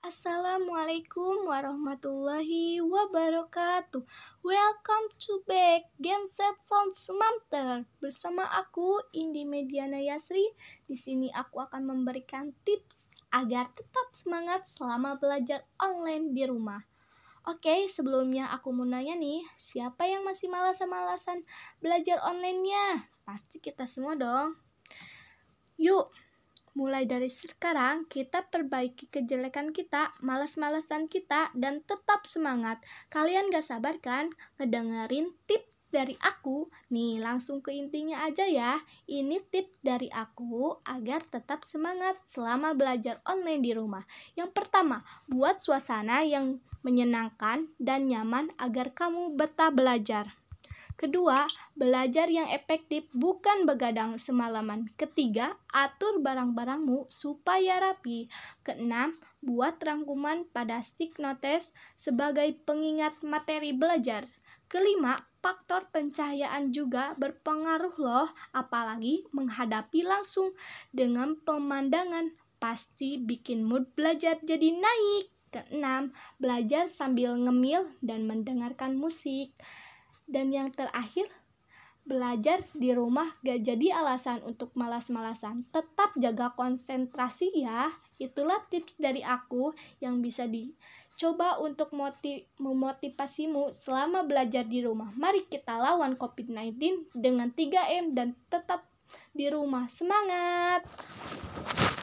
Assalamualaikum warahmatullahi wabarakatuh. Welcome to back Gen Z Sound Semamter. Bersama aku Indi Mediana Yasri. Di sini aku akan memberikan tips agar tetap semangat selama belajar online di rumah. Oke, sebelumnya aku mau nanya nih, siapa yang masih malas-malasan belajar online-nya? Pasti kita semua dong. Yuk, mulai dari sekarang kita perbaiki kejelekan kita, malas-malasan kita, dan tetap semangat. Kalian gak sabar kan ngedengerin tips dari aku? Nih, langsung ke intinya aja ya. Ini tips dari aku agar tetap semangat selama belajar online di rumah. Yang pertama, buat suasana yang menyenangkan dan nyaman agar kamu betah belajar. Kedua, belajar yang efektif, bukan begadang semalaman. Ketiga, atur barang-barangmu supaya rapi. Keenam, buat rangkuman pada stick notes sebagai pengingat materi belajar. Kelima, faktor pencahayaan juga berpengaruh loh, apalagi menghadapi langsung dengan pemandangan pasti bikin mood belajar jadi naik. Keenam, belajar sambil ngemil dan mendengarkan musik. Dan yang terakhir, belajar di rumah gak jadi alasan untuk malas-malasan. Tetap jaga konsentrasi ya. Itulah tips dari aku yang bisa dicoba untuk memotivasimu selama belajar di rumah. Mari kita lawan COVID-19 dengan 3M dan tetap di rumah. Semangat!